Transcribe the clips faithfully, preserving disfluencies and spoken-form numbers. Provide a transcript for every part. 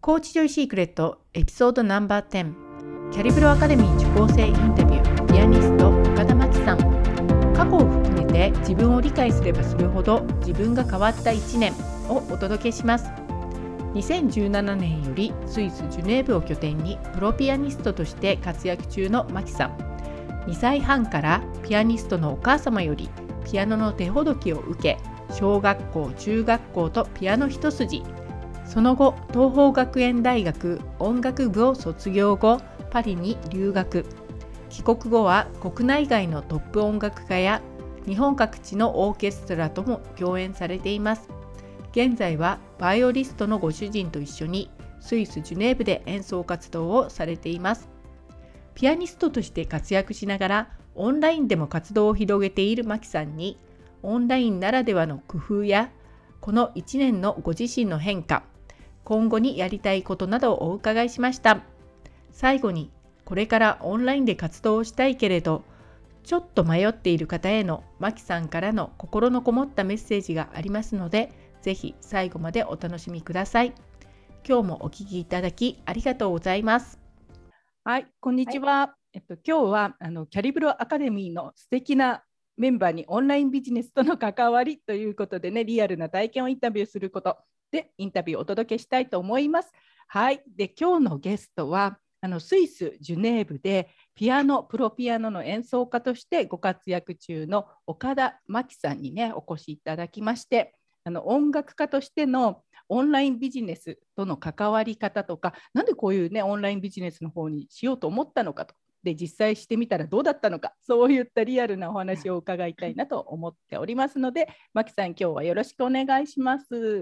コーチジョイシークレットエピソードナンバーじゅうキャリブロアカデミー受講生インタビューピアニスト岡田真希さん。過去を含めて自分を理解すればするほど自分が変わったいちねんをお届けします。にせんじゅうななねんよりスイス・ジュネーブを拠点にプロピアニストとして活躍中の真希さん。にさいはんからピアニストのお母様よりピアノの手ほどきを受け、小学校・中学校とピアノ一筋。その後、東邦学園大学音楽部を卒業後、パリに留学。帰国後は国内外のトップ音楽家や日本各地のオーケストラとも共演されています。現在はバイオリストのご主人と一緒にスイス・ジュネーブで演奏活動をされています。ピアニストとして活躍しながらオンラインでも活動を広げている真希さんに、オンラインならではの工夫やこのいちねんのご自身の変化、今後にやりたいことなどをお伺いしました。最後に、これからオンラインで活動をしたいけれどちょっと迷っている方への真希さんからの心のこもったメッセージがありますので、ぜひ最後までお楽しみください。今日もお聞きいただきありがとうございます。はい、こんにちは。はい、えっと、今日はあのキャリブロアカデミーの素敵なメンバーにオンラインビジネスとの関わりということでね、リアルな体験をインタビューすることでインタビューをお届けしたいと思います。はい、で今日のゲストはあのスイス・ジュネーブでピアノ、プロピアノの演奏家としてご活躍中の岡田真希さんにね、お越しいただきまして、あの音楽家としてのオンラインビジネスとの関わり方とか、なんでこういうねオンラインビジネスの方にしようと思ったのかと、で実際してみたらどうだったのか、そういったリアルなお話を伺いたいなと思っておりますので、真希さん、今日はよろしくお願いします。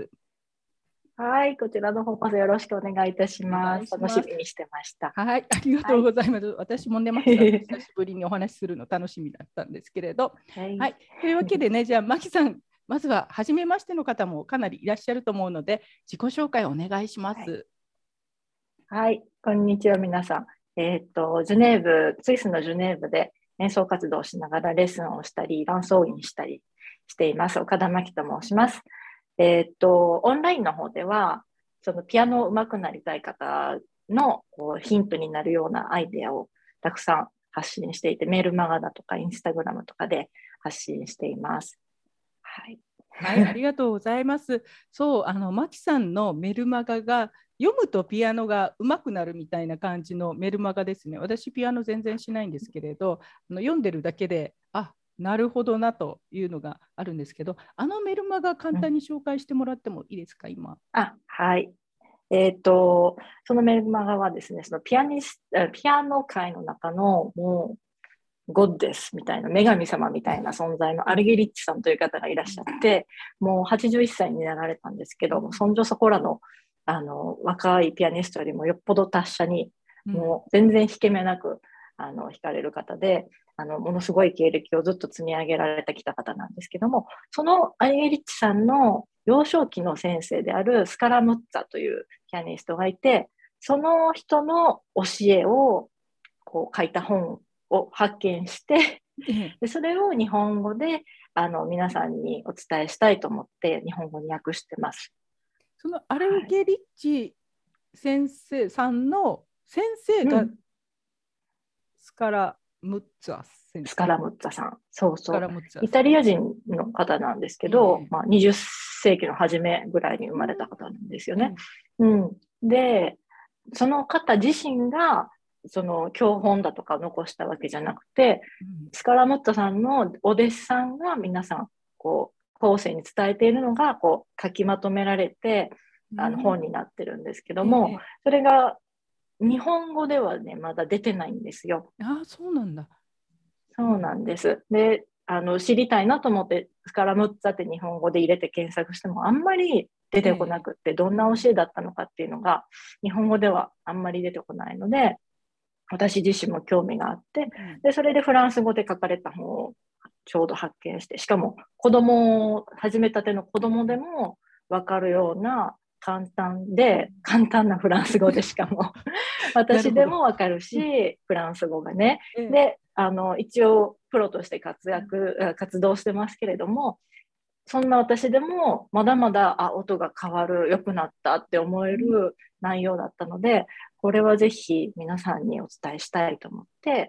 はい、こちらの方こそよろしくお願いいたします。楽しみにしてました。 はい、ありがとうございます。はい、私もね、真希さんと久しぶりにお話しするの楽しみだったんですけれど、はい、はい、というわけでね、じゃあ真希さん、まずは初めましての方もかなりいらっしゃると思うので、自己紹介をお願いします。 はい、はい、こんにちは皆さん。えー、っとジュネーブ、スイスのジュネーブで演奏活動をしながらレッスンをしたり、伴奏員したりしています岡田真希と申します。えー、っとオンラインの方では、そのピアノ上手くなりたい方のこうヒントになるようなアイデアをたくさん発信していて、メールマガだとかインスタグラムとかで発信しています。はい、 はい、ありがとうございます。そう、あの真希さんのメルマガが読むとピアノが上手くなるみたいな感じのメルマガですね。私ピアノ全然しないんですけれど、あの読んでるだけで、あ、なるほどなというのがあるんですけど、あのメルマガ簡単に紹介してもらってもいいですか、今。 あ、はい。えっと、そのメルマガはですね、そのピアニス、ピアノ界の中のもうゴッデスみたいな、女神様みたいな存在のアルゲリッチさんという方がいらっしゃって、もうはちじゅういっさいになられたんですけども、そんじょそこらの、あの若いピアニストよりもよっぽど達者に、もう全然引け目なくあの弾かれる方で、あのものすごい経歴をずっと積み上げられてきた方なんですけども、そのアルゲリッチさんの幼少期の先生であるスカラムッツァというピアニストがいて、その人の教えをこう書いた本を発見してでそれを日本語であの皆さんにお伝えしたいと思って日本語に訳してます。 そのアルゲリッチ先生さんの先生がスカラムッツァ先生、 スカラムッツァさん、そうそう、イタリア人の方なんですけど、えーまあ、にじゅっせいきの初めぐらいに生まれた方なんですよね。うんうん、でその方自身がその教本だとか残したわけじゃなくて、うん、スカラムッツァさんのお弟子さんが皆さんこう後世に伝えているのがこう書きまとめられて、うん、あの本になってるんですけども、えー、それが日本語ではねまだ出てないんですよ。 ああ、そうなんだ。 そうなんです。で、あの知りたいなと思ってスカラムッツァって日本語で入れて検索してもあんまり出てこなくって、えー、どんな教えだったのかっていうのが日本語ではあんまり出てこないので、私自身も興味があって、でそれでフランス語で書かれた本をちょうど発見して、しかも子供を始めたての子供でも分かるような簡単で簡単なフランス語で、しかも私でも分かるしフランス語がね、であの一応プロとして活躍活動してますけれども、 そんな私でもまだまだあ音が変わる、良くなったって思える内容だったので、これはぜひ皆さんにお伝えしたいと思って、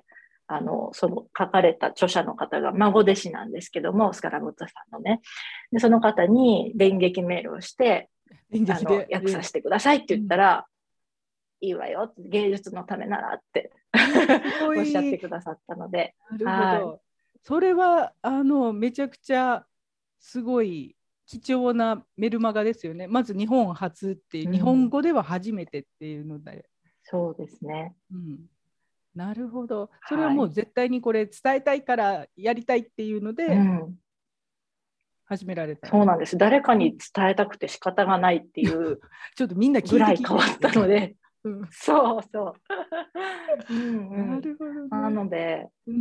あのその書かれた著者の方が孫弟子なんですけども、スカラムッツァさんのね。でその方に電撃メールをして、 演劇あので。 訳させてくださいって言ったら、いいわよって、芸術のためならってすごおっしゃっい。 てくださったので、 なるほはい、 ど。それはあのめちゃくちゃすごい貴重なメルマガですよね。まず日本初っていう、 うん、 日本語では初めてっていうので。 そうですね。 うん、なるほど。それははい、 もう絶対にこれ伝えたいからやりたいっていうのうでん、 始められた。 そうなんです。誰かに伝えたくて仕方がないっていうちょっとみんな聞ぐらいて聞いてい変わったので、 うん、 そうそう。うんうん。 なるほどなね。 ので、 うんうん。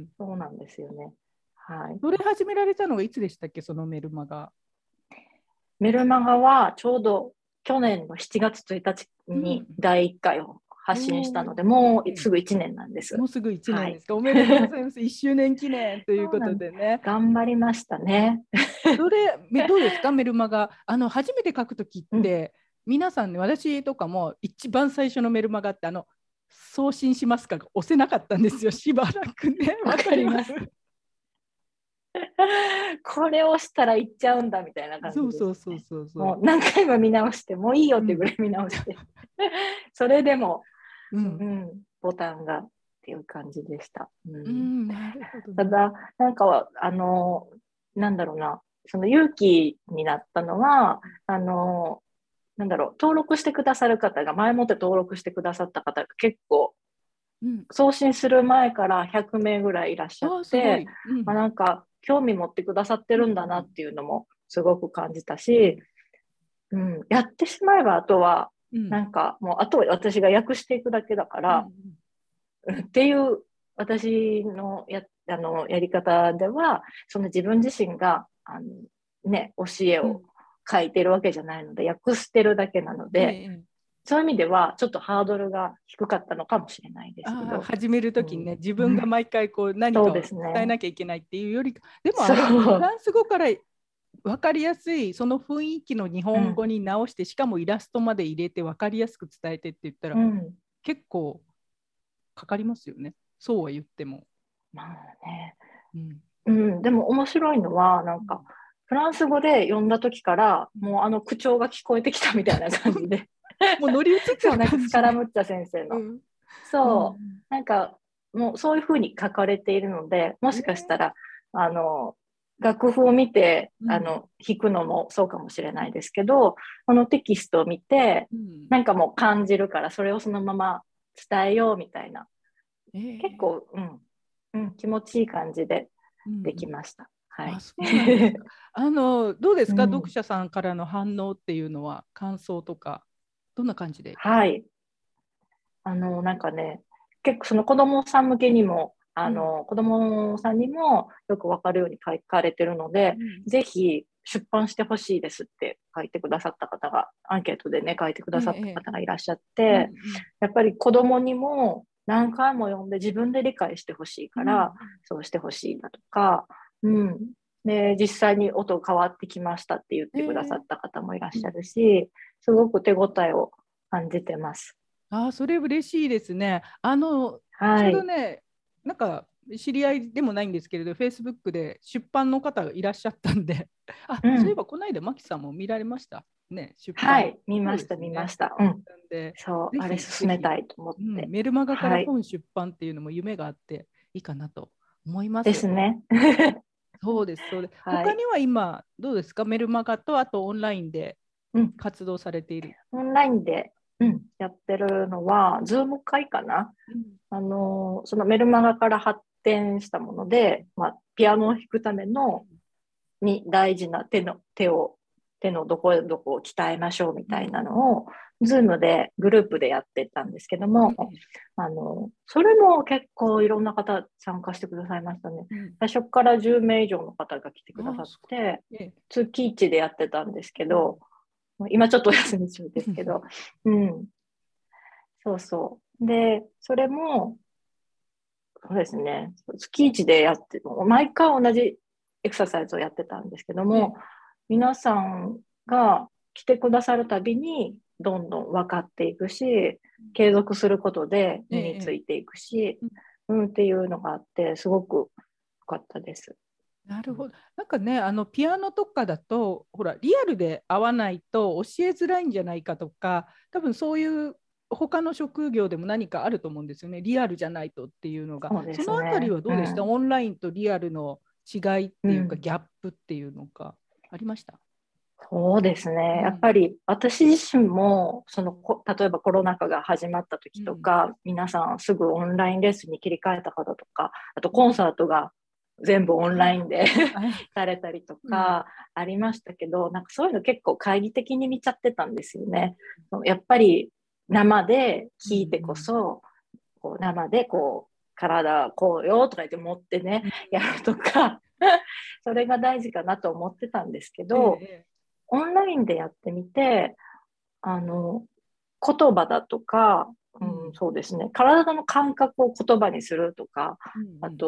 そうなんですよね。はい。 それ始められたのがいつでしたっけ、そのメルマガ。 メルマガはちょうど去年のしちがつついたちにだいいっかいを発信したので、 おーもうすぐいちねんなんです。 もうすぐいちねんはい。 ですか。おめでとうございます。いっしゅうねん記念ということそうなんでね。 頑張りましたね。 それ、めどうですか、メルマガ。あの、初めて書くときうん、 って、皆さんね、私とかも一番最初のメルマガって、あの、送信しますかが押せなかったんですよ、しばらくね。 わわかります。 かります。これをしたらいっちゃうんだみたいな感そうじですそうそうね。 そうそう。 もう何回も見直して、もういいよっうんてぐらい見直して、それでも、 ううんん、ボタンがっていう感じでした。ううん、なるほどね。 ただ、なんか、あの、なんだろうな、その勇気になったのは、あの、なんだろう、登録してくださる方が、前もって登録してくださった方が結構、 うん、 送信する前からひゃくめいぐらいいらっしゃっああ、すごて、 い。うまあ、 ん。 なんか、興味持ってくださってるんだなっていうのもすごく感じたし、うん、やってしまえば、あとは、 うん。 なんか、もう、あとは私が訳していくだけだかうんら、っていう私のやあのやり方では、その自分自身があの、ね、教えをうん。 書いてるわけじゃないので、訳してるだけなので、 ええ、 そういう意味ではちょっとハードルが低かったのかもしれないですけああ、 ど、 始めるうときにね、 ん自分がうん、 毎回こう何そうかをですね。 伝えなきゃいけないっていうよりか、でもあそれ、フう、 ランス語から分かりやすい、その雰囲気の日本語に直して、しかもイラストまで入れて分かりやすく伝えてって言ったら、 うん、 結構かかりますよね。そうは言っても。 まあね、 うん。 うん、でも面白いのは、なんか、フランス語で読んだ時から、もうあの口調が聞こえてきたみたいな感じで、 もう乗り移ってそう、 るなんかス感じで。 カラムッチャ先生の。 うん。うそう、 ん。 なんかもうそういうふうに書かれているので、もしかしたえら、あの、楽譜を見て、 ー、うん。 あの、弾くのもそうかもしれないですけど、このテキストを見て、 うん。 なんかもう感じるから、それをそのまま伝えようみたいな、 えー、 結構、うん、うん、気持ちいい感じでできうんうん。 ました。はあ、 い。 そうなんですか。あの、どうですか、読うん、 者さんからの反応っていうのは、感想とか、どんな感じで。 はい。あの、なんかね、結構その子供さん向けにも、 うん。 あの、子供さんにもよくわかるように書かれてるので、 うん。 ぜひ出版してほしいですって書いてくださった方が、アンケートでね、書いてくえださったえ、 方がいらっしゃっうんて、やっぱり子供にも何回も読んで自分で理解してほしいうん。 から、そうしてほしいだとか、うん。で、実際に音変わってきましたって言っえてくださえ、 った方もいらっうん。 しゃるし、すごく手応えを感じてます。 ああ、それ嬉しいですね。あの、ちょうどはい。 ね、なんか知り合いでもないんですけれど、Facebook で出版の方がいらっしゃったんで、あ、そういえうん。 ばこの間、マキさんも見られましたね、出版。 はい、見そうました、 ですね。 見ました。うん。 なんで、 そう、 ぜあれひぜひ、 進めたいと思っうん、 て。 メルマガからはい。 本出版っていうのも夢があっていいかなと思います。 ですね。 そうです、そうです。 はい。 他には今、どうですか、メルマガと、あとオンラインでうん。 活動されている。 オンラインで、 うん。 うん、やってるのは、ズーム会かな。 うん。 あの、そのメルマガから発展したもので、まあ、ピアノを弾くためのに大事な手の、手を、手のどこどこを鍛えましょうみたいなうん。 のを、ズームでグループでやってたんですけども、 ええ、 あの、それも結構いろんな方参加してくださいましたね。 うん。 最初からじゅうめい以上の方が来てくだああ、 さっすごて、 い。ええ。 月いちでやってたんですけうん。 ど、今ちょっとお休み中ですけど、うん、そうそう。で、それも、そうですね、月いちでやって、毎回同じエクササイズをやってたんですけども、皆さんが来てくださるたびにどんどん分かっていくし、継続することで身についていくし、うん、っていうのがあって、すごく良かったです。 なるほど。なんかね、あのピアノとかだと、ほら、リアルで会わないと教えづらいんじゃないかとか、多分そういう他の職業でも何かあると思うんですよね。リアルじゃないとっていうのが。 そうですそのあたりね。 はどうでした、 うん、 オンラインとリアルの違いっていうか、 うん、 ギャップっていうのがありました？ そうですね。やっうん。 ぱり私自身も、そのこ、例えばコロナ禍が始まった時とうん。 か、皆さんすぐオンラインレッスンに切り替えた方とか、あとうん。 コンサートが全部オンラインであ、はい。 されたりとうん。 かありましたけど、なんかそういうの結構懐疑的に見ちゃってたんですよね。やっぱり生でうん。 聞いてこそ、こう生でこう、体こうよとか言って持ってね、 うん。 やるとか、それが大事かなと思ってたんですけえど、 え。 オンラインでやってみて、あの、言葉だとか、うん、 うん。 そうですね、体の感覚を言葉にするとか、 うん。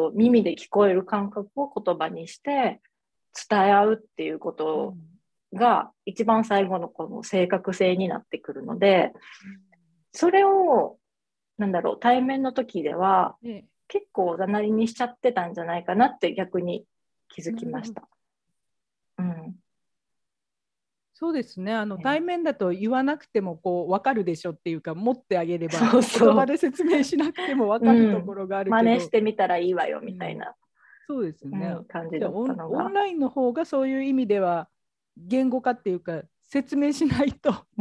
あと耳で聞こえる感覚を言葉にして伝え合うっていうことうん。 が一番最後のこの正確性になってくるので、 うん。 それを、なんだろう、対面の時ではええ。 結構おざなりにしちゃってたんじゃないかなって逆に気づなるほど。 きました。うん。 そうですね。あの対ね、 面だと言わなくてもこう分かるでしょっていうか、持ってあげればそう言葉そで説明しなくても分う。 かうるとこん。 ろがあるけど、 真似してみたらいいわようん、 みたいな、 そうですね。 うん、感じじゃあだっオン、オンたのが。 ラインの方がそういう意味では言語化っていうか説明しないとうん。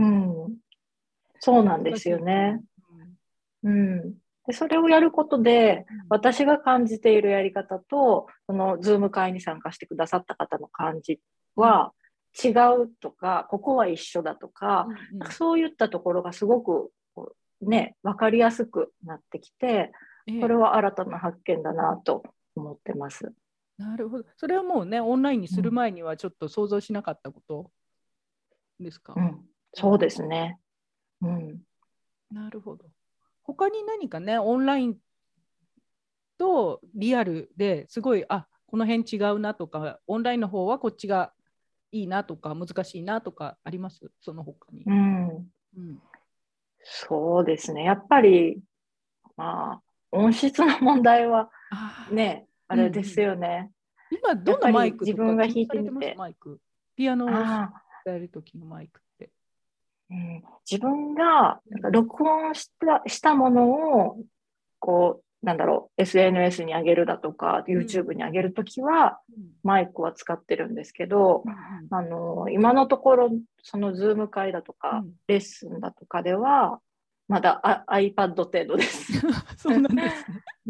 そうなんで難すしいっていう。 よね。うん。で、それをやることで、 うん。 私が感じているやり方と、その、ズーム会に参加してくださった方の感じうん。 は違うとか、ここは一緒だとか、 うん。うん。 そういったところがすごく、こうね、わかりやすくなってきて、これええ。 は新たな発見だなと思ってます。 なるほど。それはもうね、オンラインにするうん。 前にはちょっと想像しなかったことですか？ うん。 うん。 そうですね。うん。 なるほど。他に何かね、オンラインとリアルですごい、あ、この辺違うなとか、オンラインの方はこっちがいいなとか、難しいなとかあります、その他に？ うん。 うん。 そうですね。やっぱり、まあ、音質の問題はああ、 ね、あうんうれですん。 よね。 今、 やっぱどんなマイクとかり自分が気にされてます、 弾いてみて、 マイク？ピアノをああ、 伝えるときのマイクって。 うん、自分がなんかうん。 録音した、したものを、こう、なんだろう、エスエヌエス に上げるだとか、 うん。 YouTube に上げるときは、 うん。 マイクは使ってるんですけど、 うん。 あの、今のところ、そのズーム会だとか、 うん。 レッスンだとかでは、まだあ iPad 程度です。 そうなんですね。 うん、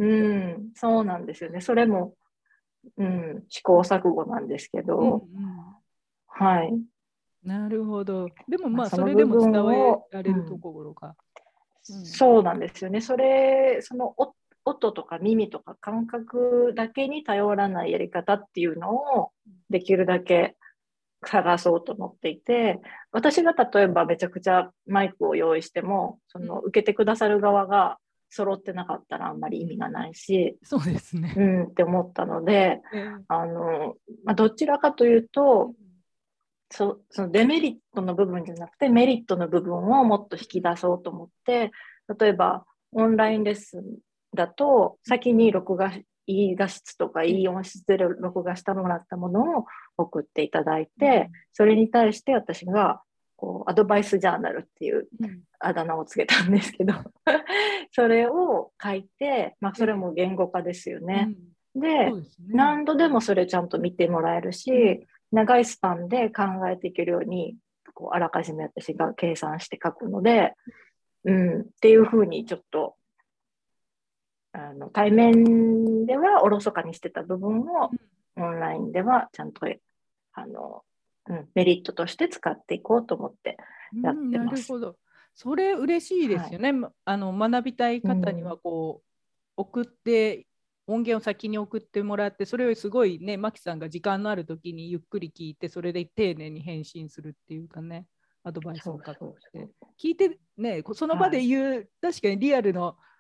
そうなんですよね。それも、うん、試行錯誤なんですけうんうど、 ん。 はい。 なるほど。でもまあ、 まあ、 そそれでも伝の部分えを、 られるとうん、 ころが。うん。 そうなんですよね。それ、そのお音とか耳とか感覚だけに頼らないやり方っていうのをできるだけ探そうと思っていて、私が例えばめちゃくちゃマイクを用意しても、そうん。 の受けてくださる側が揃ってなかったらあんまり意味がないし、 そうですね。 うんって思ったので、 ええ。 あの、まあ、どちらかというと、 うん。 そそのデメリットの部分じゃなくてメリットの部分をもっと引き出そうと思って、例えばオンラインレッスンだと先に録画、いい画質とかええ。 いい音質で録画してもらったものを送っていただいうん。 て、それに対して私がこうアドバイスジャーナルっていううん。 あだ名をつけたんですけど、それを書いて、まあ、それええ。 も言語化ですよね。 うん。そで、 うですね。 何度でもそれちゃんと見てもらえるうん。 し、長いスパンで考えていけるように、こうあらかじめ私が計算して書くので、うん、っていうふうにちょっと、あの対面ではおろそかにしてた部分を、オンラインではちゃんと、あの、うん、メリットとして使っていこうと思ってやっうん。なてます。 るほど。それ嬉しいではい。 すよね。まあの学びたいうん、 方にはこう送って音源を先に送ってもらって、それをすごいね、マキさんが時間のある時にゆっくり聞いて、それで丁寧に返信するっていうかね、アドバイスそうを書くって。 そうそう。 聞いてね、その場はい。 で言う、確かにリアルの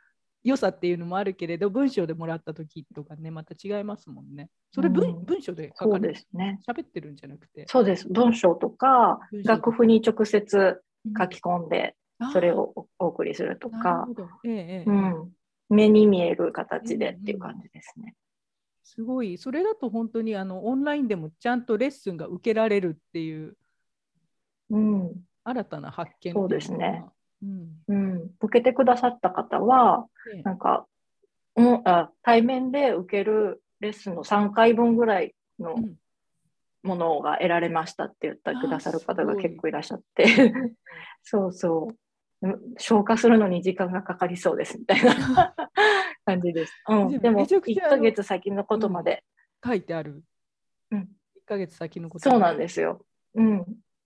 良さっていうのもあるけれど、文章でもらった時とかね、また違いますもんね。それ文、 うん、 文章で書そうかれですね。 喋ってるんじゃなくて。 そうです。文章とか、 文章とか楽譜に直接うん書き込んで、 あーそれをおお送りするとなるか、 ほど。ええええええうん、目に見える形でっていううんうん感じですね。 すごい。それだと本当にあのオンラインでもちゃんとレッスンが受けられるっていううん、 新たな発見そうっていうのかな。 ですね。 うんうん、受けてくださった方は、 ええなんか、うん、あ、対面で受けるレッスンのさんかいぶんぐらいのうんものが得られましたって言ってくあーださるす方がごい。 結構いらっしゃってそうそう。うん消化するのに時間がかかりそうですみたいな感じです。うじゃん、でも、 あめちゃく 1ヶちゃあの、 月先のこうん、 とまで。 書いてある。 うん、 いっかげつ先のことそうなまで。 んですよ。うん、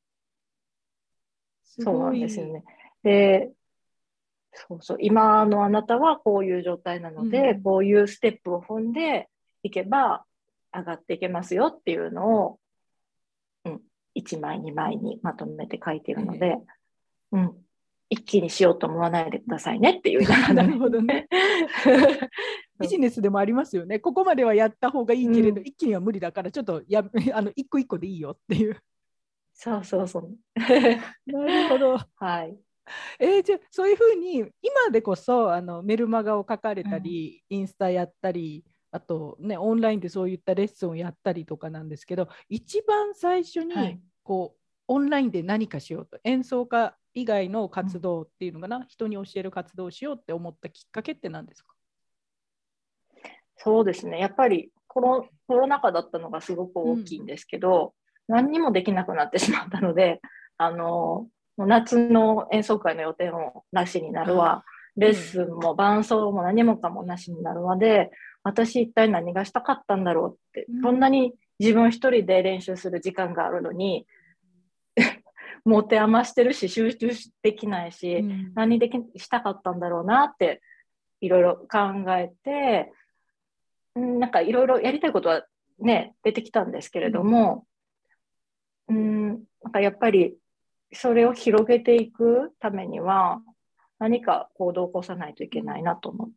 すそうなごい。 んですよね。で、そうそう、今のあなたはこういう状態なうんうので、 んこういうステップを踏んでいけば上がっていけますよっていうのを、うん、いちまい、にまいにまとめて書いているので、 えうん、一気にしようと思わないでくださいねっていうえ言いながならね。 るほどね。ビジネスでもありますよね。ここまではやった方がいいけれど、 うん、 一気には無理だから、ちょっとやあの一個一個でいいよっていう。 そうそうそう。 なるほど。 はい。 えーじゃあそういうふうに今でこそあのメルマガを書かれうん、 たり、インスタやったり、あとね、オンラインでそういったレッスンをやったりとかなんですけど、一番最初にはい。 こうオンラインで何かしようと、演奏家以外のうん、 活動っていうのかな、人に教える活動をしようって思ったきっかけって何ですか？ そうですね。やっぱりコロ、コロナ禍だったのがすごくうん。 大きいんですけど、何にもできなくなってしまったので、あの、もう夏の演奏会の予定もなしになるあわ、レッええスンも伴奏も何もかもなしになるわで、私一体何がしたかったんだろうって、 うん。 そんなに自分一人で練習する時間があるのに、持て余してるし、集中できないし、 うん何できしたかったんだろうなっていろいろ考えて、うんなんかいろいろやりたいことはね、出てきたんですけれどうんも、うん、なんかやっぱりそれを広げていくためには、何か行動を起こさないといけないなと思って、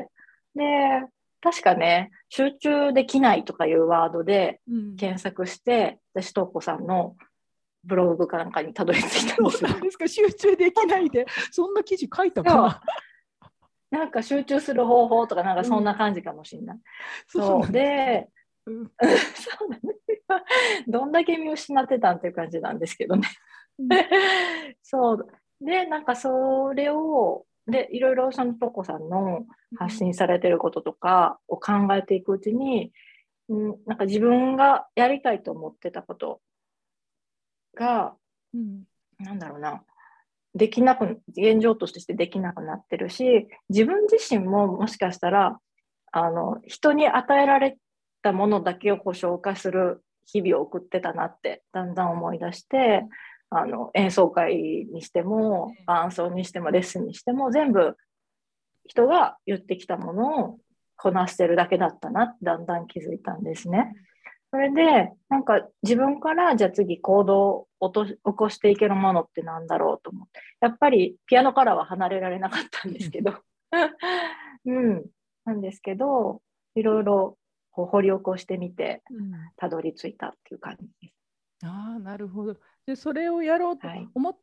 で、確かね、集中できないとかいうワードでうん検索して、私、とうこさんのブログかなんかにたどり着いたんですよ。 そうなんですか、集中できないで、そんな記事書いたかそうな。 なんか集中する方法とか、なんかそんなうん、 感じかもしれない。 そうそう。 なんですね。 で、 うん、 そうなんですよ。どんだけ見失ってたんっていう感じなんですけどね。 うんそう。で、なんかそれを、で、いろいろそのとこさんの発信されてることとかを考えていくうちに、うん、なんか自分がやりたいと思ってたことが、 うんなんだろうな、できなく、現状としてできなくなってるし、自分自身ももしかしたら、あの、人に与えられたものだけをこう消化する日々を送ってたなって、だんだん思い出して、あの、演奏会にしても、伴奏にしても、レッスンにしても、全部人が言ってきたものをこなしてるだけだったなって、だんだん気づいたんですね。それで、なんか自分からじゃあ次行動を落とし起こしていけるものってなんだろうと思って。やっぱりピアノからは離れられなかったんですけど。うん。なんですけど、いろいろこう掘り起こしてみて、 うんたどり着いたっていう感じです。 ああ、なるほど。で、それをやろうとはい。 思って、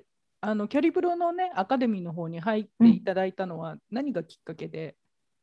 あのキャリブロのね、アカデミーの方に入っうん。 ていただいたのは何がきっかけで？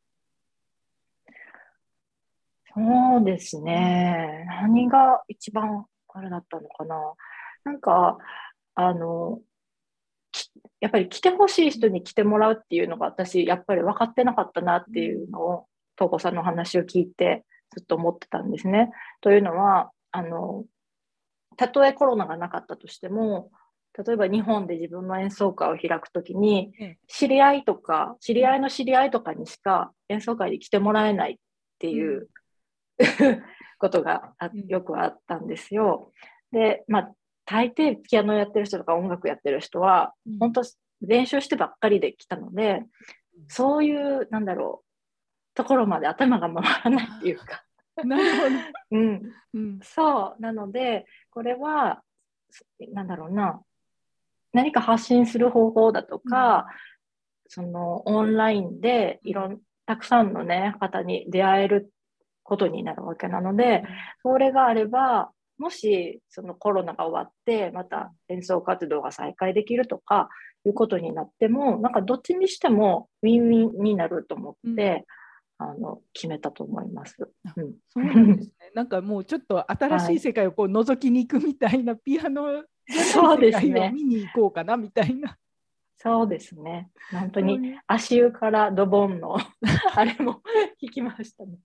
そうですうんね。何が一番あれだったのかな。なんか、あの、きやっぱり来てほしい人に来てもらうっていうのが私、やっぱり分かってなかったなっていうのを、東子さんの話を聞いてずっと思ってたんですね。というのは、あの、たとえコロナがなかったとしても、例えば日本で自分の演奏会を開くときに、 ええ知り合いとか、知うんり合いの知り合いとかにしか演奏会に来てもらえないってうんいうことがうんよくあったんですよ。で、まあ、大抵ピアノやってる人とか音楽やってる人は、 うん本当練習してばっかりで来たので、そういう、なんだろう、ところまで頭が回らないっていうあか、 ーなるほど。 うん、 うんそう、なので、これは、なんだろうな、何か発信する方法だとうんか、 そのオンラインでいろんたくさんのね方に出会えることになるわけなので、それがあればもしそのコロナが終わってまた演奏活動が再開できるとかいうことになっても、なんかどっちにしてもウィンウィンになると思って、うん、あの決めたと思います。 うん、そうなんですね。なんかもうちょっと新しい世界をこう覗きに行くみたいな、はい、ピアノじゃない世界を見に行こうかなみたいな。 そうですね。本当に足湯からドボンのあれも聞きましたね。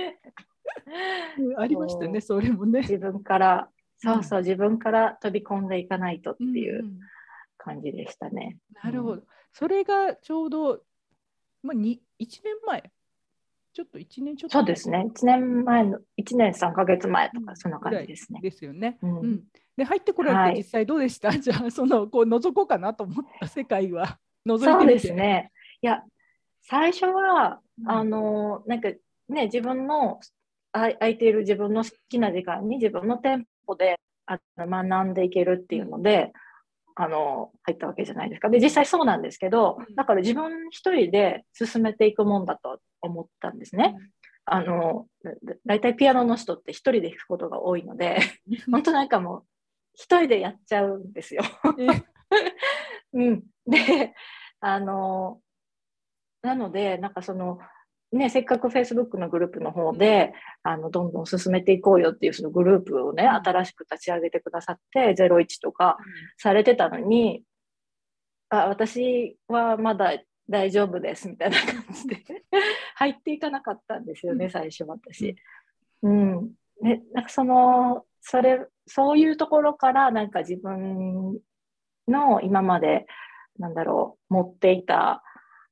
ありましたね、それもね。 自分から、そうそう、うん、自分から飛び込んでいかないとっていう感じでしたね。 うんうん、なるほど。それがちょうど、まあ、にいちねんまえ。ちょっといちねんちょっと。 そうですね。いちねんまえの、いちねんさんかげつまえとか、そんな感じですね。 ですよね。 うんうん、 で、入ってこられて実際どうでした？はい、じゃあ、その、こう、覗こうかなと思った世界は、覗いてみて。 そうですね。いや、最初は、うん、あの、なんかね、自分の、空いている自分の好きな時間に自分のテンポであ学んでいけるっていうので、うん、あの入ったわけじゃないですか。で、実際そうなんですけど、だから自分一人で進めていくもんだと思ったんですね。うん、あのだいたいピアノの人って一人で弾くことが多いので本当なんかもう一人でやっちゃうんですよ。うん、で、あのなのでなんかそのね、せっかく Facebook のグループの方で、うん、あのどんどん進めていこうよっていうそのグループをね、うん、新しく立ち上げてくださってゼロイチとかされてたのに、うん、あ私はまだ大丈夫ですみたいな感じで入っていかなかったんですよね、最初私。うん、うん、ね、なんかそのそれそういうところからなんか自分の今までなんだろう持っていた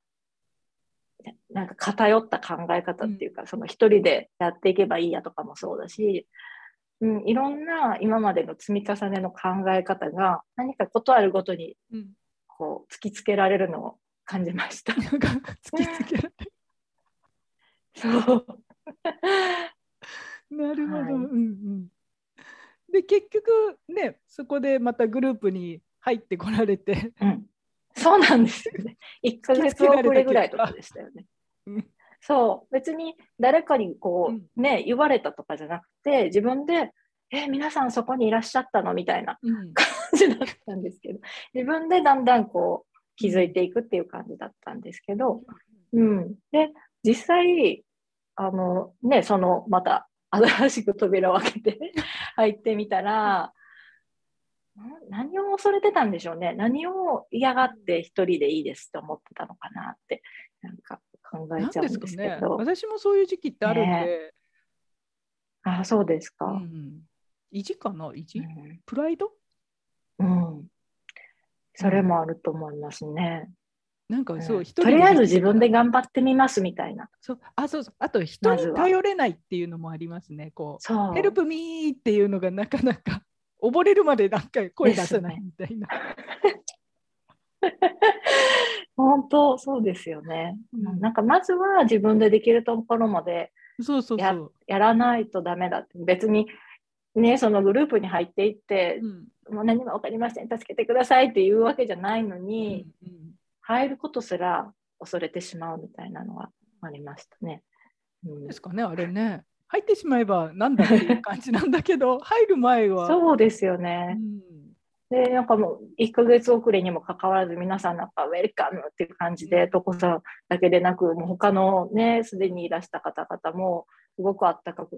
なんか偏った考え方っていうか、うん、その一人でやっていけばいいやとかもそうだし、うん、いろんな今までの積み重ねの考え方が何かことあるごとにこう突きつけられるのを感じました。 突きつけられる。 そう。 なるほど。はい、うんうん。で結局ね、そこでまたグループに入ってこられて。 うん、そうなんですよね。いっかげつ遅れぐらいとかでしたよね。そう、別に誰かにこうね、うん、言われたとかじゃなくて、自分で、え、皆さんそこにいらっしゃったのみたいな感じだったんですけど、うん、自分でだんだんこう気づいていくっていう感じだったんですけど、うん、うん、で、実際、あのね、そのまた新しく扉を開けて入ってみたら、何を恐れてたんでしょうね。何を嫌がって一人でいいですって思ってたのかなって、なんか考えちゃうんですけど。ね、 私もそういう時期ってあるんで。ね、 あ、そうですか。 うん、意地かな、意地、うん、プライド、 うん、それもあると思いますね。 うん、なんかそう、うん、 とりあえず自分で頑張ってみますみたいな。 そう、あ、そうそう、あと人に頼れないっていうのもありますね。こう、そう、ヘルプミーっていうのがなかなか溺れるまでなんか声出さないみたいな。 本当そうですよね、うん。なんかまずは自分でできるところまで や, そうそうそうやらないとダメだって。別にね、そのグループに入っていって、うん、もう何も分かりません、助けてくださいっていうわけじゃないのに、うんうん、入ることすら恐れてしまうみたいなのはありましたね。 うん、ですかね、あれね。入ってしまえばなんだっていう感じなんだけど入る前はそうですよね、うん、でなんかもういっかげつ遅れにもかかわらず皆さんなんかウェルカムっていう感じで、とこさんだけでなくもう他のねすでにいらした方々もすごくあったかくって、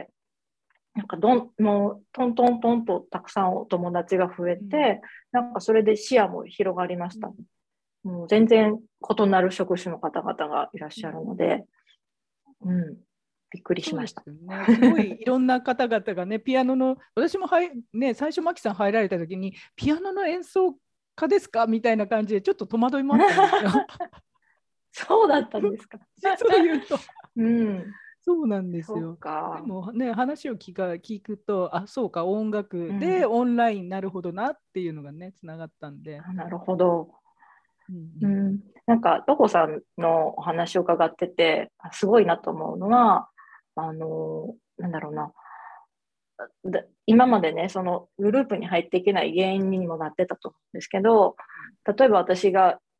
なんかどんもうトントントンとたくさんお友達が増えて、うん、なんかそれで視野も広がりました、うん、もう全然異なる職種の方々がいらっしゃるので、うんびっくりしました。 すね、すごいいろんな方々がね、ピアノの、私もはい、ね、最初、マキさん入られたときに、ピアノの演奏家ですかみたいな感じで、ちょっと戸惑いもあったんですよ。 そうだったんですか。 実を言うと。 うん、 そうなんですよ。でもね、話を聞か聞くと、あ、そうか、音楽でオンラインなるほどなっていうのがね、つながったんで。 うん、なるほど。うんうん、なんか、どこさんのお話を伺ってて、すごいなと思うのは、あのなんだろうな、今までねそのグループに入っていけない原因にもなってたと思うんですけど、例えば私が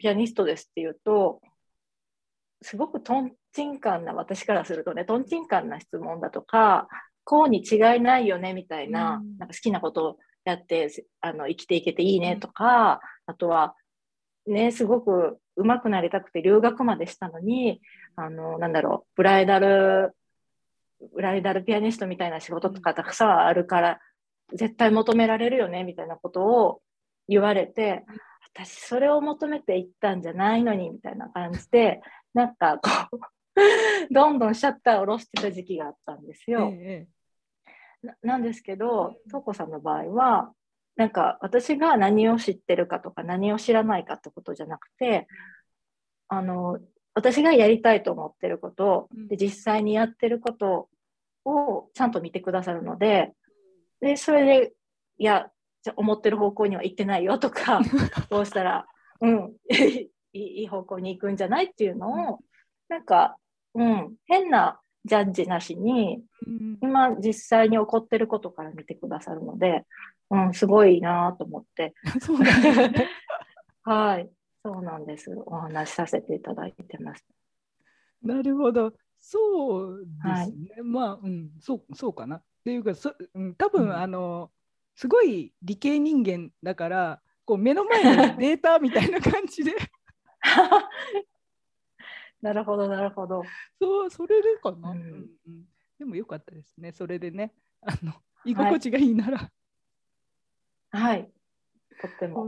ピアニストですって言うと、すごくトンチンカンな、私からするとね、トンチンカンな質問だとか、こうに違いないよねみたいな、 うん、 なんか好きなことをやってあの生きていけていいねとか、うん、あとはね、すごく上手くなりたくて留学までしたのに、あのなんだろう、ブライダルブライダルピアニストみたいな仕事とかたくさんあるから、うん、絶対求められるよねみたいなことを言われて、私それを求めていったんじゃないのにみたいな感じで、なんかこうどんどんシャッターを下ろしてた時期があったんですよ。ええ、な, なんですけど、トコさんの場合はなんか私が何を知ってるかとか何を知らないかってことじゃなくて、あの私がやりたいと思ってることで実際にやってることをちゃんと見てくださるので、でそれでいやじゃ思ってる方向には行ってないよとかどうしたら、うん、いい方向に行くんじゃないっていうのをなんか、うん、変なジャッジなしに、うん、今実際に起こってることから見てくださるので、うん、すごいなと思ってそうなんですねはい、そうなんです。お話しさせていただいてます。 なるほど、そうですね、はい、まあ、うん、そう、そうかなっていうか、そ、うん、多分、うん、あのすごい理系人間だからこう目の前のデータみたいな感じでなるほどなるほど。 そう、それでかな、うんうんうん、でもよかったですね、それでね、あの居心地がいいなら。 はい、はい、とっても。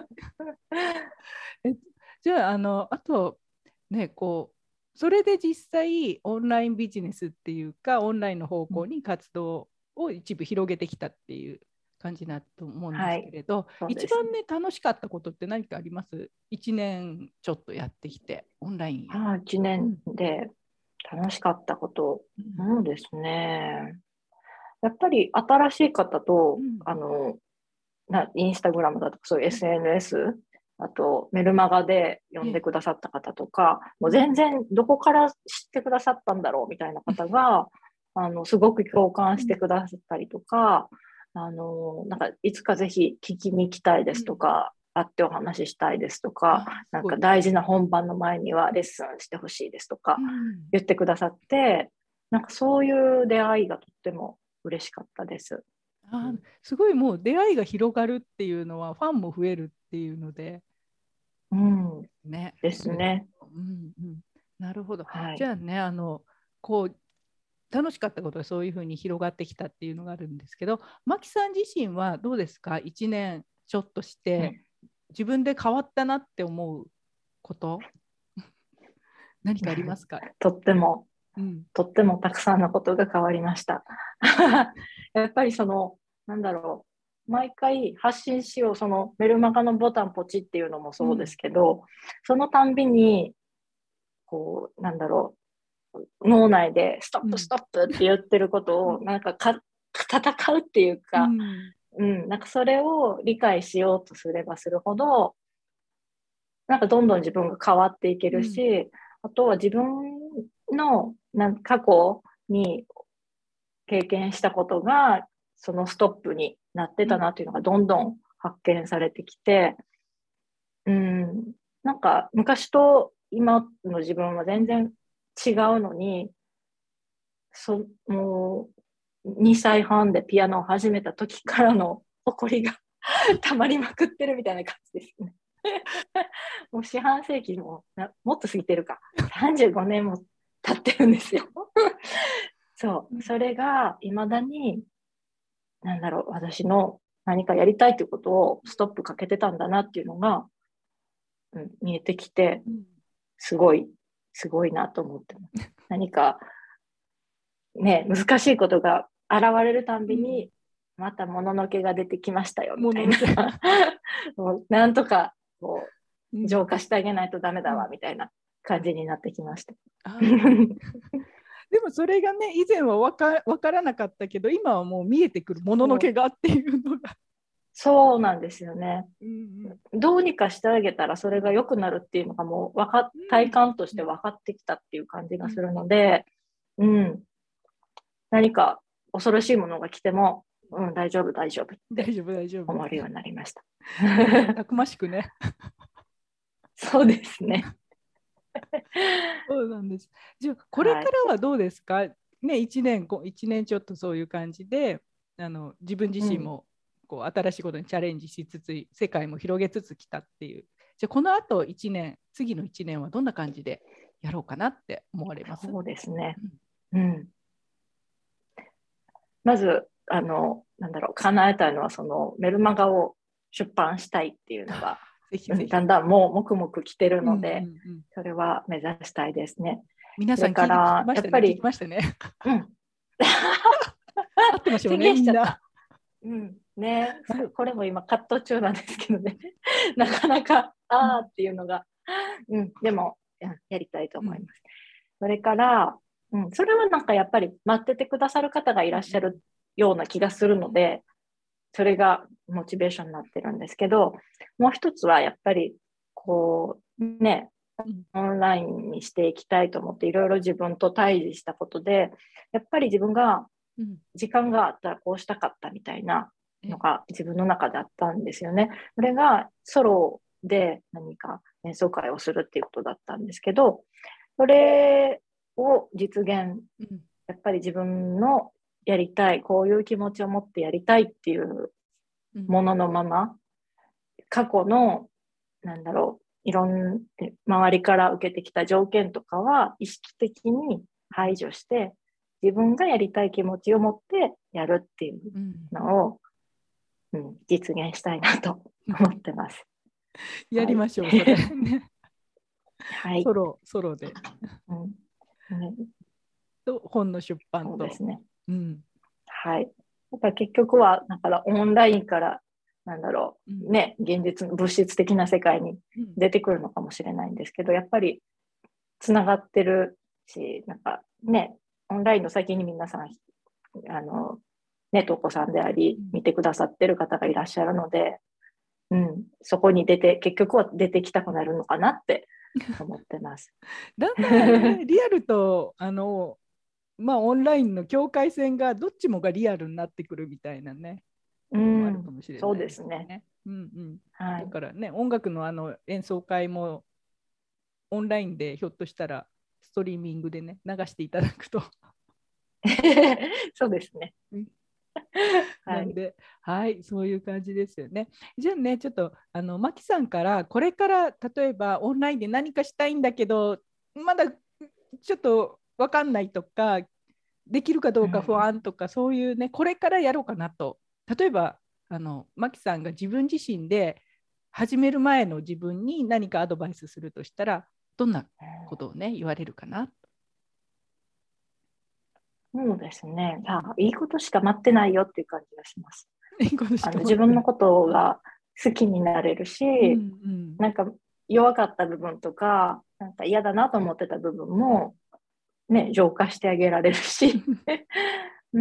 えじゃあ、あのあとね、こうそれで実際オンラインビジネスっていうかオンラインの方向に活動を一部広げてきたっていう感じだと思うんですけれど、はい、一番ね楽しかったことって何かあります？いちねんちょっとやってきてオンラインや、 はあ、いちねんで楽しかったこと、うん、そうですね、やっぱり新しい方と、うん、あのなインスタグラムだとかそういう エスエヌエス、うん、あとメルマガで呼んでくださった方とか、うん、もう全然どこから知ってくださったんだろうみたいな方が、うん、あのすごく共感してくださったりとか、うん、あのなんかいつかぜひ聞きに行きたいですとか、うん、会ってお話ししたいですとか、なんか大事な本番の前にはレッスンしてほしいですとか言ってくださって、なんかそういう出会いがとっても嬉しかったです。 あ、すごい、もう出会いが広がるっていうのはファンも増えるっていうので、 うん、ね、ですね、 うんうん、なるほど、 はい、 じゃあね、あのこう楽しかったことがそういうふうに広がってきたっていうのがあるんですけど、マキさん自身はどうですか？いちねんちょっとして、うん、自分で変わったなって思うこと何かありますか？ とってもうん、とってもたくさんのことが変わりましたやっぱりそのなんだろう、毎回発信しよう、そのメルマガのボタンポチっていうのもそうですけど、うん、そのたんびにこうなんだろう、脳内でストップストップって言ってることをなんかか戦うっていうか、うんうん、なんかそれを理解しようとすればするほどなんかどんどん自分が変わっていけるし、うん、あとは自分のなん過去に経験したことがそのストップになってたなっていうのがどんどん発見されてきて、うん、なんか昔と今の自分は全然違うのに、そもうにさいはんでピアノを始めた時からの誇りがたまりまくってるみたいな感じですねもう四半世紀ももっと過ぎてるか、さんじゅうごねんも経ってるんですよそう、それがいまだになんだろう、私の何かやりたいということをストップかけてたんだなっていうのが、うん、見えてきて、すごいすごいなと思ってます何かね、難しいことが現れるたんびに、うん、またもののけが出てきましたよみたいなもうなんとかこう浄化してあげないとダメだわ、うん、みたいな感じになってきましたあでもそれがね、以前は分か、分からなかったけど、今はもう見えてくるもののけがっていうのが。 そうなんですよね、うんうん。どうにかしてあげたらそれが良くなるっていうのがもう分か体感として分かってきたっていう感じがするので、うん、うん、何か恐ろしいものが来ても、うん、大丈夫大丈夫って思えるようになりました。 たくましくね。 そうですね。 そうなんです。じゃあこれからはどうですか、はい、ね、いちねん、いちねんちょっとそういう感じで、あの自分自身もこう新しいことにチャレンジしつつ、世界も広げつつきたっていう。じゃあこのあといちねん、次のいちねんはどんな感じでやろうかなって思われます？ そうですね。うん。まず、あの、なんだろう、叶えたいのは、そのメルマガを出版したいっていうのが、 ぜひぜひだんだんもう黙々来てるので、 うんうんうん、 それは目指したいですね。 皆さん聞いてそれから、 ましたね。 やっぱり、 聞きましたね。 うん。 合ってましょうね、 宣言しちゃった。 みんな。 うんね、 はい、 これも今葛藤中なんですけどね、なかなか、あーっていうのが、うん、でも、やりたいと思います。うん、それから、うん、それはなんかやっぱり待っててくださる方がいらっしゃるような気がするので、それがモチベーションになってるんですけど、もう一つはやっぱり、こう、ね、オンラインにしていきたいと思って、いろいろ自分と対峙したことで、やっぱり自分が時間があったらこうしたかったみたいなのが自分の中であったんですよね。それがソロで何か演奏会をするっていうことだったんですけど、それを実現、やっぱり自分のやりたい、こういう気持ちを持ってやりたいっていうもののまま、過去の、なんだろう、いろんな周りから受けてきた条件とかは意識的に排除して、自分がやりたい気持ちを持ってやるっていうのを、うんうん、実現したいなと思ってます。 やりましょう、はい、それ。 はい。 ソロ、ソロで。 うんね、 と本の出版と。 そうですね。 うん、 はい。だから結局は、だからオンラインから、なんだろう、うん、ね、現実、物質的な世界に出てくるのかもしれないんですけど、やっぱりつながってるし、なんかね、オンラインの先に皆さん、あの、ね、投稿さんであり、見てくださってる方がいらっしゃるので、うん、そこに出て、結局は出てきたくなるのかなって思ってます。 だんだん、ね、リアルと、あの、まあ、オンラインの境界線がどっちもがリアルになってくるみたいなね、 うん、 あるかもしれない、 そうですね。 うんうんはい、 だからね、音楽のあの演奏会もオンラインでひょっとしたらストリーミングでね、流していただくと。 そうですね。 なんで、はい、はい、そういう感じですよね。じゃあね、ちょっとあのマキさんからこれから例えばオンラインで何かしたいんだけど、まだちょっと分かんないとか、できるかどうか不安とか、うん、そういうね、これからやろうかなと。例えばあのマキさんが自分自身で始める前の自分に何かアドバイスするとしたら、どんなことをね言われるかな。 そうですね。あ、いいことしか待ってないよっていう感じがします。 いいことしかあの自分のことが好きになれるし、うんうん、なんか弱かった部分とか、なんか嫌だなと思ってた部分も、ね、浄化してあげられるし、うん、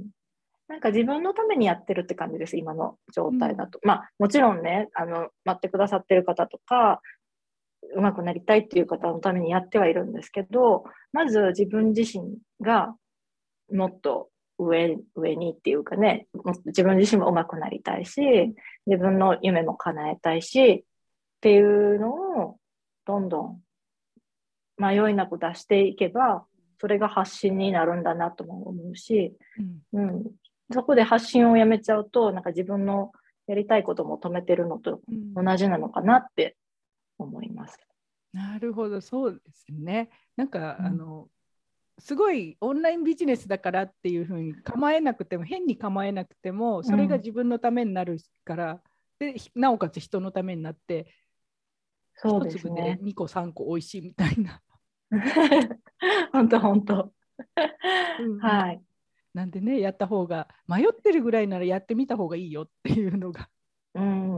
なんか自分のためにやってるって感じです、今の状態だと。うん、まあもちろんね、あの待ってくださってる方とか、うまくなりたいっていう方のためにやってはいるんですけど、まず自分自身がもっと上、上にっていうかね、自分自身も上手くなりたいし、自分の夢も叶えたいし、っていうのをどんどん迷いなく出していけば、それが発信になるんだなとも思うし、うん、うん、そこで発信をやめちゃうと、なんか自分のやりたいことも止めてるのと同じなのかなって思います。 うん、なるほど、そうですね。なんか、うん、あのすごいオンラインビジネスだからっていうふうに構えなくても、変に構えなくても、それが自分のためになるから、うん、でなおかつ人のためになって、 そうですね、 一粒でにこさんこおいしいみたいな。 本当本当。はい。 なんでね、やった方が、迷ってるぐらいならやってみた方がいいよっていうのが。 うん、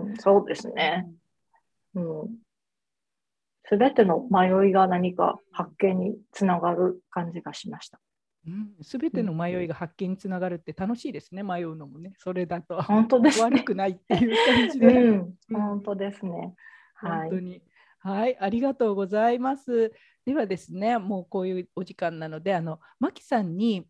そうですね。うん。すべての迷いが何か発見につながる感じがしました。 すべ、うん、ての迷いが発見につながるって楽しいですね、迷うのもね。それだと本当です、ね、 悪くないっていう感じで。 うん、本当ですね。 本当に。はい、ありがとうございます。ではですね、もうこういうお時間なので、あのマキさんに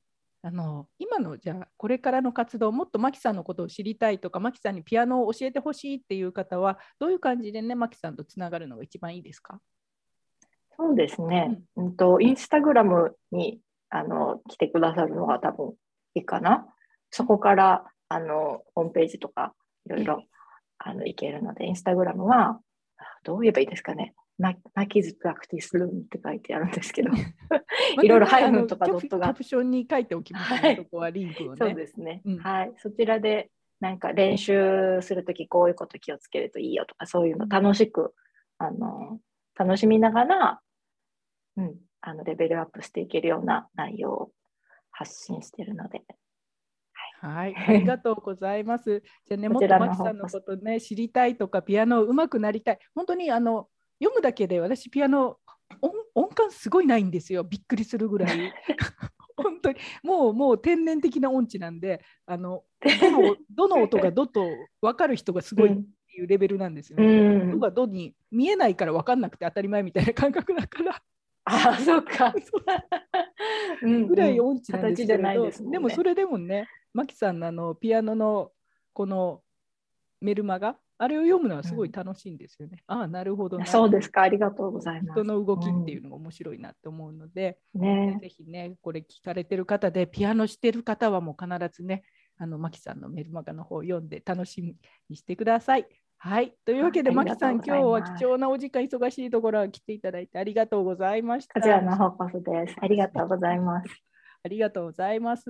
あの今のじゃあこれからの活動、もっとマキさんのことを知りたいとか、マキさんにピアノを教えてほしいっていう方はどういう感じでね、マキさんとつながるのが一番いいですか？ そうですね。うんと、インスタグラムにあの来てくださるのが多分いいかな。そこからあのホームページとかいろいろあのいけるので、インスタグラムはどう言えばいいですかね。マキズプラクティスルームって書いてあるんですけど、いろいろハイフンとかドットが。 キャプションに書いておきますね、はい、そこはリンクをね。 そうですね。うん、はい。そちらでなんか練習するときこういうこと気をつけるといいよとか、そういうの楽しく、あの楽しみながら、うん、あのレベルアップしていけるような内容を発信しているので。 はい、ありがとうございます。じゃあね、もっとマキさんのことね、知りたいとか、ピアノ上手くなりたい。本当にあの読むだけで、私ピアノ 音, 音感すごいないんですよ。びっくりするぐらい。本当にもうもう天然的な音痴なんで、あのどのどの音がどと分かる人がすごいっていうレベルなんですよね。うん、音がどに見えないから分かんなくて当たり前みたいな感覚だから。 ああ、そうか。 ぐらい音痴なんですけど、 で, す、ね、 でもそれでもね、マキさんのあのピアノのこのメルマガ、あれを読むのはすごい楽しいんですよね。うん、ああ、なるほどな。 そうですか、ありがとうございます。 人の動きっていうのが面白いなと思うので、 うんね、 ぜひね、これ聞かれてる方で、ピアノしてる方はもう必ずね、あのマキさんのメルマガの方を読んで楽しみにしてください。はい、というわけで、マキさん、今日は貴重なお時間、忙しいところは来ていただいてありがとうございました。 こちらの方こそです。ありがとうございます。 ありがとうございます。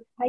はい。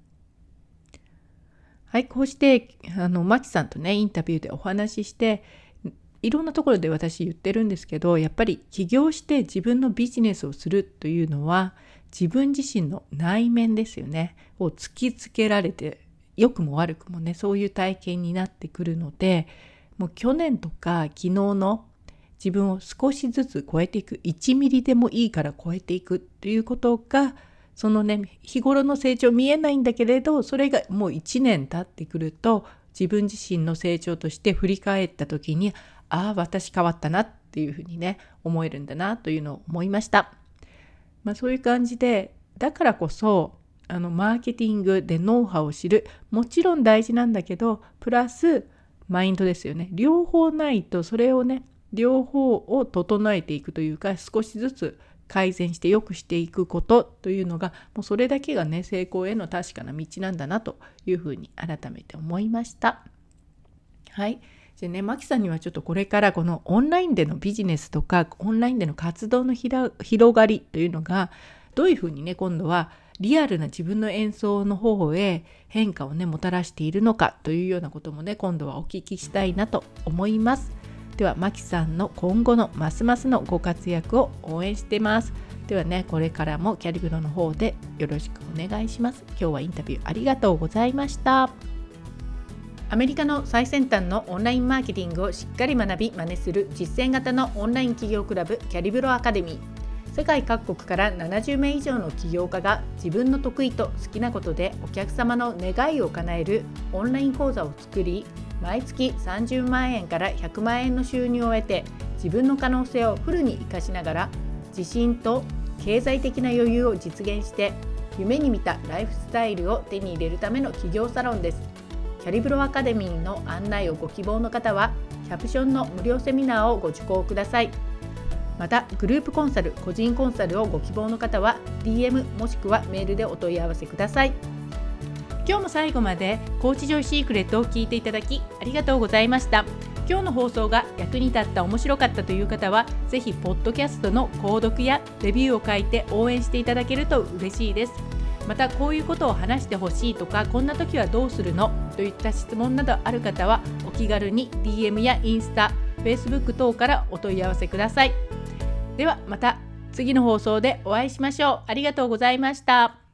はい、こうしてあのマキさんとねインタビューでお話しして、いろんなところで私言ってるんですけど、やっぱり起業して自分のビジネスをするというのは自分自身の内面ですよねを突きつけられて、良くも悪くもねそういう体験になってくるので、もう去年とか昨日の自分を少しずつ超えていく、いちミリでもいいから超えていくということが、そのね日頃の成長見えないんだけれど、それがもういちねん経ってくると自分自身の成長として振り返った時に、ああ私変わったなっていうふうにね思えるんだなというのを思いました。まあそういう感じで、だからこそあのマーケティングでノウハウを知る、もちろん大事なんだけど、プラスマインドですよね。両方ないと、それをね両方を整えていくというか、少しずつ改善して良くしていくことというのが、もうそれだけがね成功への確かな道なんだなというふうに改めて思いました。はい。じゃあね、マキさんにはちょっとこれからこのオンラインでのビジネスとかオンラインでの活動の広がりというのがどういうふうにね今度はリアルな自分の演奏の方へ変化をねもたらしているのかというようなこともね今度はお聞きしたいなと思います。ではマキさんの今後のますますのご活躍を応援しています。ではね、これからもキャリブロの方でよろしくお願いします。今日はインタビューありがとうございました。アメリカの最先端のオンラインマーケティングをしっかり学び真似する実践型のオンライン企業クラブキャリブロアカデミー。世界各国からななじゅうめい以上の起業家が自分の得意と好きなことでお客様の願いを叶えるオンライン講座を作り、毎月さんじゅうまんえんからひゃくまんえんの収入を得て、自分の可能性をフルに生かしながら自信と経済的な余裕を実現して夢に見たライフスタイルを手に入れるための起業サロンです。キャリブロアカデミーの案内をご希望の方はキャプションの無料セミナーをご受講ください。またグループコンサル、個人コンサルをご希望の方は ディーエム もしくはメールでお問い合わせください。今日も最後までコーチジョイシークレットを聞いていただきありがとうございました。今日の放送が役に立った、面白かったという方はぜひポッドキャストの購読やレビューを書いて応援していただけると嬉しいです。またこういうことを話してほしいとか、こんな時はどうするのといった質問などある方はお気軽に ディーエム やインスタ、Facebook 等からお問い合わせください。ではまた次の放送でお会いしましょう。ありがとうございました。